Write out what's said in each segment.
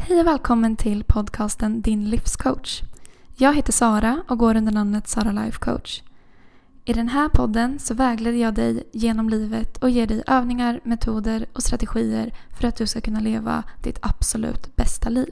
Hej och välkommen till podcasten Din livscoach. Jag heter Sara och går under namnet Sara Life Coach. I den här podden så vägleder jag dig genom livet och ger dig övningar, metoder och strategier för att du ska kunna leva ditt absolut bästa liv.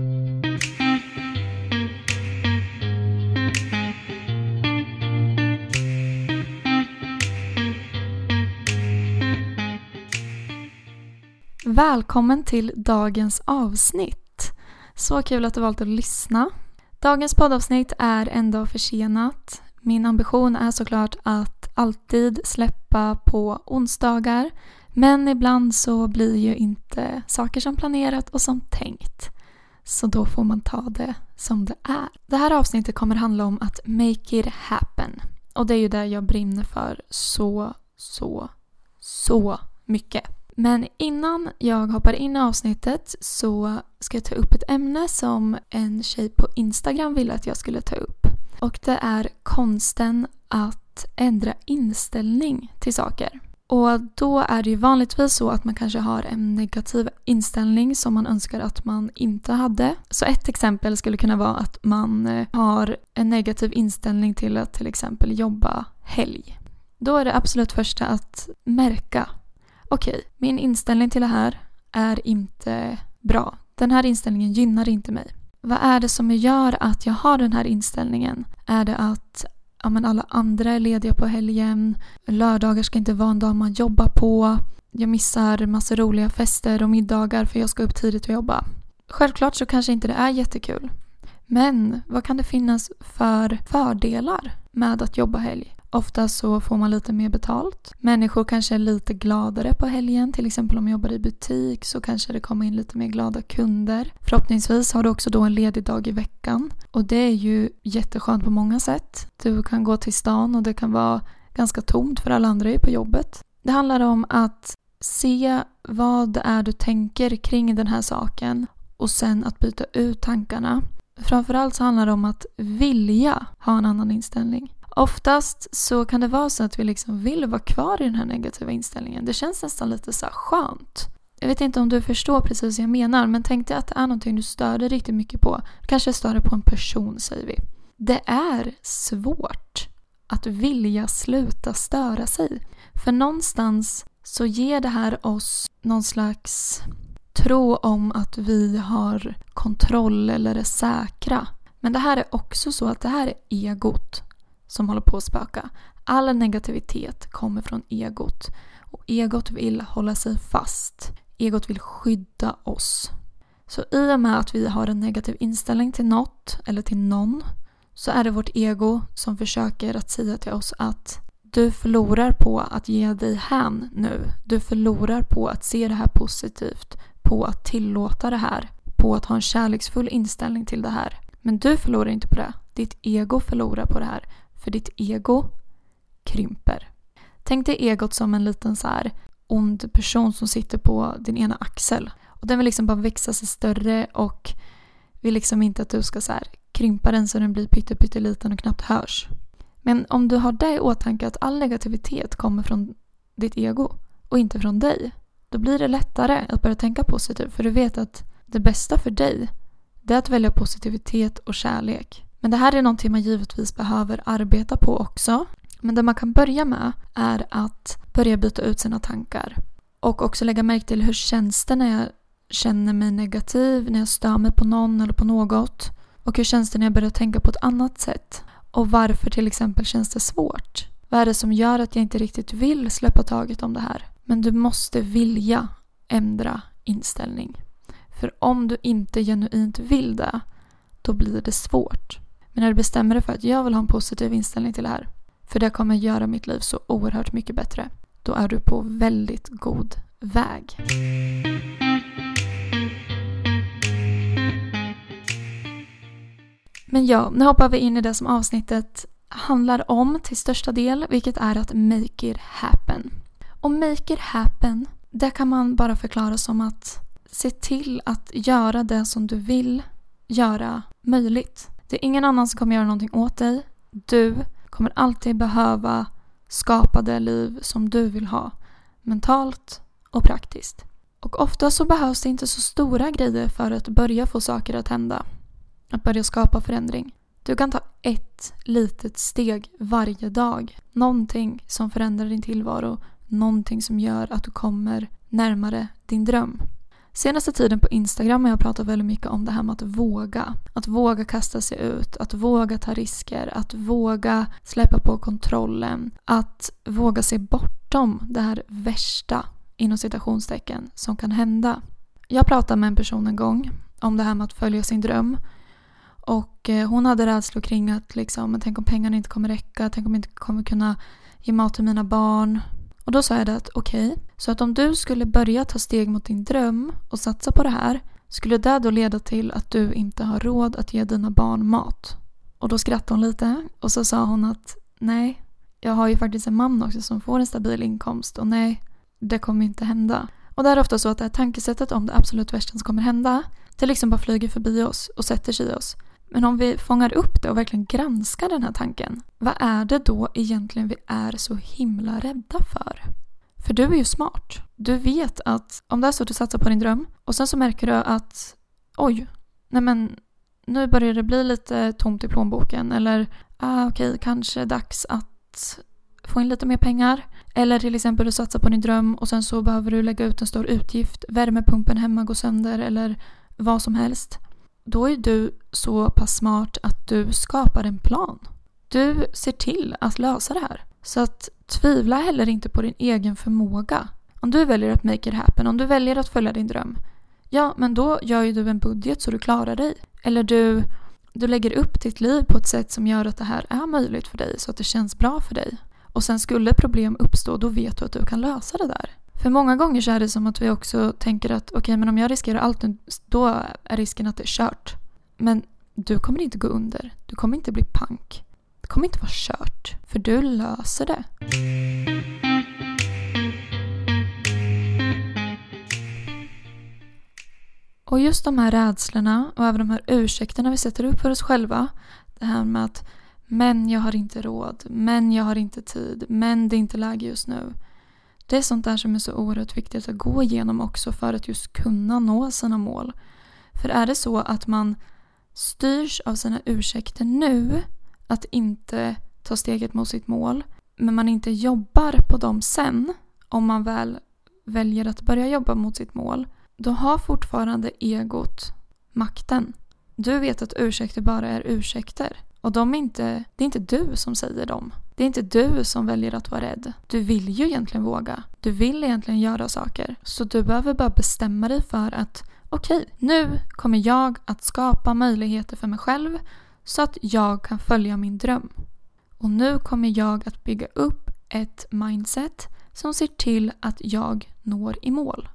Välkommen till dagens avsnitt. Så kul att du valt att lyssna. Dagens poddavsnitt är en dag försenat. Min ambition är såklart att alltid släppa på onsdagar. Men ibland så blir ju inte saker som planerat och som tänkt. Så då får man ta det som det är. Det här avsnittet kommer handla om att make it happen. Och det är ju det jag brinner för så mycket. Men innan jag hoppar in i avsnittet så ska jag ta upp ett ämne som en tjej på Instagram ville att jag skulle ta upp. Och det är konsten att ändra inställning till saker. Och då är det ju vanligtvis så att man kanske har en negativ inställning som man önskar att man inte hade. Så ett exempel skulle kunna vara att man har en negativ inställning till att till exempel jobba helg. Då är det absolut första att märka: okej, min inställning till det här är inte bra. Den här inställningen gynnar inte mig. Vad är det som gör att jag har den här inställningen? Är det att alla andra är lediga på helgen? Lördagar ska inte vara en dag man jobbar på. Jag missar massa roliga fester och middagar för jag ska upp tidigt och jobba. Självklart så kanske inte det är jättekul. Men vad kan det finnas för fördelar med att jobba helg? Ofta så får man lite mer betalt. Människor kanske är lite gladare på helgen. Till exempel om man jobbar i butik så kanske det kommer in lite mer glada kunder. Förhoppningsvis har du också då en ledig dag i veckan. Och det är ju jätteskönt på många sätt. Du kan gå till stan och det kan vara ganska tomt för alla andra är på jobbet. Det handlar om att se vad det är du tänker kring den här saken. Och sen att byta ut tankarna. Framförallt så handlar det om att vilja ha en annan inställning. Oftast så kan det vara så att vi liksom vill vara kvar i den här negativa inställningen. Det känns nästan lite så här skönt. Jag vet inte om du förstår precis vad jag menar, men tänk dig att det är någonting du stör dig riktigt mycket på. Kanske stör dig på en person, säger vi. Det är svårt att vilja sluta störa sig. För någonstans så ger det här oss någon slags tro om att vi har kontroll eller är säkra. Men det här är också så att det här är egot som håller på att spöka. All negativitet kommer från egot. Och egot vill hålla sig fast. Egot vill skydda oss. Så i och med att vi har en negativ inställning till något eller till någon så är det vårt ego som försöker att säga till oss att du förlorar på att ge dig hän nu. Du förlorar på att se det här positivt. På att tillåta det här. På att ha en kärleksfull inställning till det här. Men du förlorar inte på det. Ditt ego förlorar på det här. För ditt ego krymper. Tänk dig egot som en liten så här ond person som sitter på din ena axel. Och den vill liksom bara växa sig större och vill liksom inte att du ska så här krympa den så den blir pytteliten och knappt hörs. Men om du har det i åtanke att all negativitet kommer från ditt ego och inte från dig, då blir det lättare att börja tänka positivt. För du vet att det bästa för dig, det är att välja positivitet och kärlek. Men det här är någonting man givetvis behöver arbeta på också. Men det man kan börja med är att börja byta ut sina tankar. Och också lägga märke till hur känns det när jag känner mig negativ, när jag stör mig på någon eller på något. Och hur känns det när jag börjar tänka på ett annat sätt. Och varför till exempel känns det svårt. Vad är det som gör att jag inte riktigt vill släppa taget om det här? Men du måste vilja ändra inställning. För om du inte genuint vill det, då blir det svårt. Men när du bestämmer dig för att jag vill ha en positiv inställning till det här, för det kommer göra mitt liv så oerhört mycket bättre, då är du på väldigt god väg. Men ja, nu hoppar vi in i det som avsnittet handlar om till största del, vilket är att make it happen. Och make it happen, det kan man bara förklara som att se till att göra det som du vill göra möjligt. Det är ingen annan som kommer göra någonting åt dig. Du kommer alltid behöva skapa det liv som du vill ha. Mentalt och praktiskt. Och ofta så behövs det inte så stora grejer för att börja få saker att hända. Att börja skapa förändring. Du kan ta ett litet steg varje dag. Någonting som förändrar din tillvaro. Någonting som gör att du kommer närmare din dröm. Senaste tiden på Instagram har jag pratat väldigt mycket om det här med att våga. Att våga kasta sig ut, att våga ta risker, att våga släppa på kontrollen. Att våga se bortom det här värsta, inom citationstecken, som kan hända. Jag pratade med en person en gång om det här med att följa sin dröm. Och hon hade rädslor kring att liksom, tänk om pengarna inte kommer räcka, tänk om jag inte kommer kunna ge mat till mina barn. Och då sa jag det att okej, så att om du skulle börja ta steg mot din dröm och satsa på det här, skulle det då leda till att du inte har råd att ge dina barn mat? Och då skrattade hon lite och så sa hon att nej, jag har ju faktiskt en man också som får en stabil inkomst och nej, det kommer inte hända. Och det är ofta så att det här tankesättet om det absolut värsta som kommer hända, det liksom bara flyger förbi oss och sätter sig i oss. Men om vi fångar upp det och verkligen granskar den här tanken, vad är det då egentligen vi är så himla rädda för? För du är ju smart. Du vet att om det är så att du satsar på din dröm och sen så märker du att oj, nej men nu börjar det bli lite tomt i plånboken eller okej, kanske dags att få in lite mer pengar. Eller till exempel du satsar på din dröm och sen så behöver du lägga ut en stor utgift, värmepumpen hemma går sönder eller vad som helst. Då är du så pass smart att du skapar en plan. Du ser till att lösa det här. Så att tvivla heller inte på din egen förmåga. Om du väljer att make it happen, om du väljer att följa din dröm, ja, men då gör ju du en budget så du klarar dig. Eller du lägger upp ditt liv på ett sätt som gör att det här är möjligt för dig så att det känns bra för dig. Och sen skulle problem uppstå, då vet du att du kan lösa det där. För många gånger så är det som att vi också tänker att okej, men om jag riskerar allt, då är risken att det är kört. Men du kommer inte gå under. Du kommer inte bli pank. Det kommer inte vara kört. För du löser det. Och just de här rädslorna och även de här ursäkterna vi sätter upp för oss själva. Det här med att men jag har inte råd. Men jag har inte tid. Men det är inte läge just nu. Det är sånt där som är så oerhört viktigt att gå igenom också för att just kunna nå sina mål. För är det så att man styrs av sina ursäkter nu att inte ta steget mot sitt mål, men man inte jobbar på dem sen, om man väl väljer att börja jobba mot sitt mål, då har fortfarande egot makten. Du vet att ursäkter bara är ursäkter. Och det är inte du som säger dem. Det är inte du som väljer att vara rädd. Du vill ju egentligen våga. Du vill egentligen göra saker. Så du behöver bara bestämma dig för att okej, nu kommer jag att skapa möjligheter för mig själv så att jag kan följa min dröm. Och nu kommer jag att bygga upp ett mindset som ser till att jag når i mål.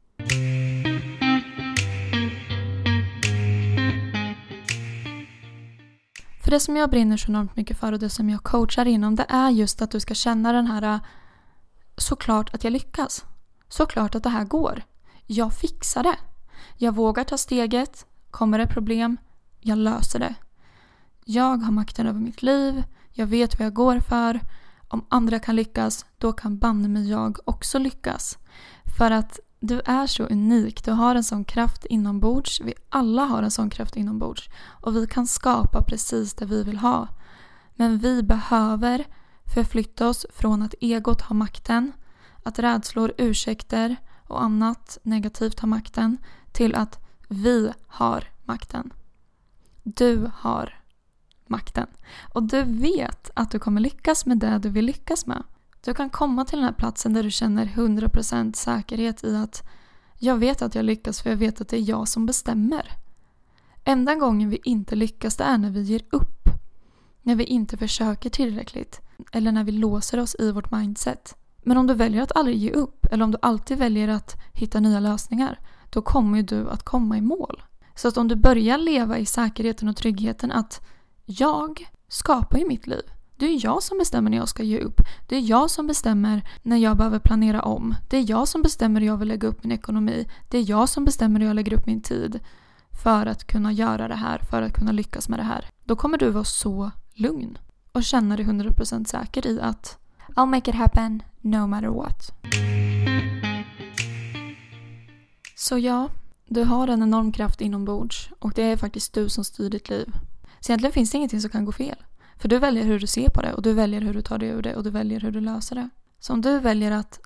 För det som jag brinner så enormt mycket för och det som jag coachar inom, det är just att du ska känna den här såklart att jag lyckas. Såklart att det här går. Jag fixar det. Jag vågar ta steget. Kommer det problem? Jag löser det. Jag har makten över mitt liv. Jag vet vad jag går för. Om andra kan lyckas, då kan banne mig jag också lyckas. För att du är så unik. Du har en sån kraft inombords. Vi alla har en sån kraft inombords. Och vi kan skapa precis det vi vill ha. Men vi behöver förflytta oss från att egot har makten, att rädslor, ursäkter och annat negativt har makten, till att vi har makten. Du har makten. Och du vet att du kommer lyckas med det du vill lyckas med. Du kan komma till den här platsen där du känner 100% säkerhet i att jag vet att jag lyckas för jag vet att det är jag som bestämmer. Enda gången vi inte lyckas det är när vi ger upp. När vi inte försöker tillräckligt. Eller när vi låser oss i vårt mindset. Men om du väljer att aldrig ge upp eller om du alltid väljer att hitta nya lösningar, då kommer du att komma i mål. Så att om du börjar leva i säkerheten och tryggheten att jag skapar ju mitt liv. Det är jag som bestämmer när jag ska ge upp. Det är jag som bestämmer när jag behöver planera om. Det är jag som bestämmer hur jag vill lägga upp min ekonomi. Det är jag som bestämmer hur jag lägger upp min tid för att kunna göra det här, för att kunna lyckas med det här. Då kommer du vara så lugn och känna dig 100% säker i att I'll make it happen no matter what. Så ja, du har en enorm kraft inombords och det är faktiskt du som styr ditt liv. Så egentligen finns det ingenting som kan gå fel. För du väljer hur du ser på det och du väljer hur du tar dig ur det och du väljer hur du löser det. Så om du väljer att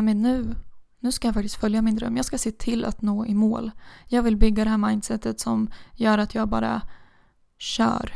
nu ska jag faktiskt följa min dröm. Jag ska se till att nå i mål. Jag vill bygga det här mindsetet som gör att jag bara kör.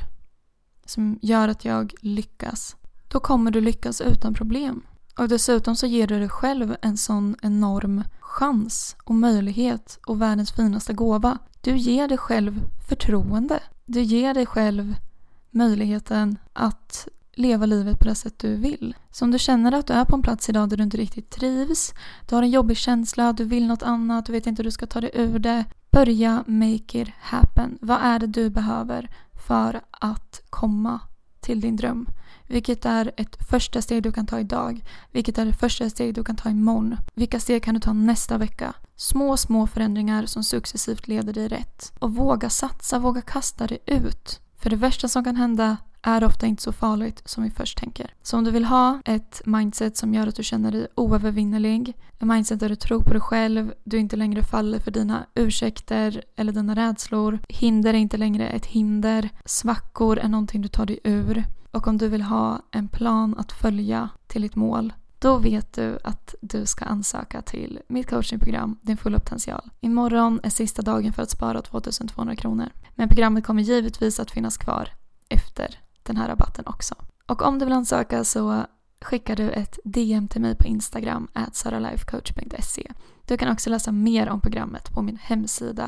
Som gör att jag lyckas. Då kommer du lyckas utan problem. Och dessutom så ger du dig själv en sån enorm chans och möjlighet och världens finaste gåva. Du ger dig själv förtroende. Du ger dig själv möjligheten att leva livet på det sätt du vill. Så om du känner att du är på en plats idag där du inte riktigt trivs, du har en jobbig känsla, du vill något annat, du vet inte hur du ska ta dig ur det. Börja make it happen. Vad är det du behöver för att komma till din dröm? Vilket är ett första steg du kan ta idag? Vilket är det första steg du kan ta imorgon? Vilka steg kan du ta nästa vecka? Små förändringar som successivt leder dig rätt. Och våga satsa, våga kasta dig ut. För det värsta som kan hända är ofta inte så farligt som vi först tänker. Så om du vill ha ett mindset som gör att du känner dig oövervinnerlig, ett mindset där du tror på dig själv, du inte längre faller för dina ursäkter eller dina rädslor, hinder är inte längre ett hinder, svackor är någonting du tar dig ur, och om du vill ha en plan att följa till ditt mål, då vet du att du ska ansöka till mitt coachingprogram Din fulla potential. Imorgon är sista dagen för att spara 2200 kronor. Men programmet kommer givetvis att finnas kvar efter den här rabatten också. Och om du vill ansöka så skickar du ett DM till mig på Instagram @saralifecoach.se. Du kan också läsa mer om programmet på min hemsida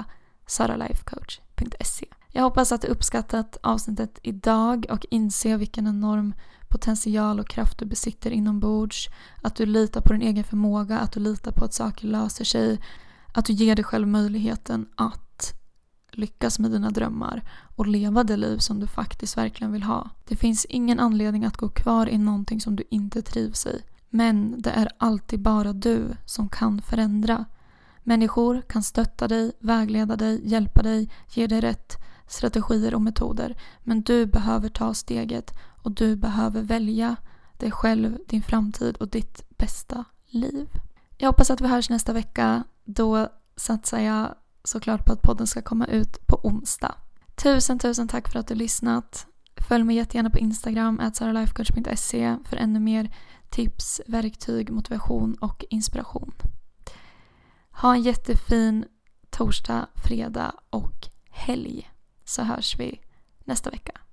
saralifecoach.se. Jag hoppas att du uppskattat avsnittet idag och inser vilken enorm potential och kraft du besitter inombords. Att du litar på din egen förmåga, att du litar på att saker löser sig. Att du ger dig själv möjligheten att lyckas med dina drömmar och leva det liv som du faktiskt verkligen vill ha. Det finns ingen anledning att gå kvar i någonting som du inte trivs i. Men det är alltid bara du som kan förändra. Människor kan stötta dig, vägleda dig, hjälpa dig, ge dig rätt strategier och metoder. Men du behöver ta steget och du behöver välja dig själv, din framtid och ditt bästa liv. Jag hoppas att vi hörs nästa vecka. Då satsar jag såklart på att podden ska komma ut på onsdag. Tusen tack för att du lyssnat. Följ mig jättegärna på Instagram @saralifecoach.se för ännu mer tips, verktyg, motivation och inspiration. Ha en jättefin torsdag, fredag och helg. Så hörs vi nästa vecka.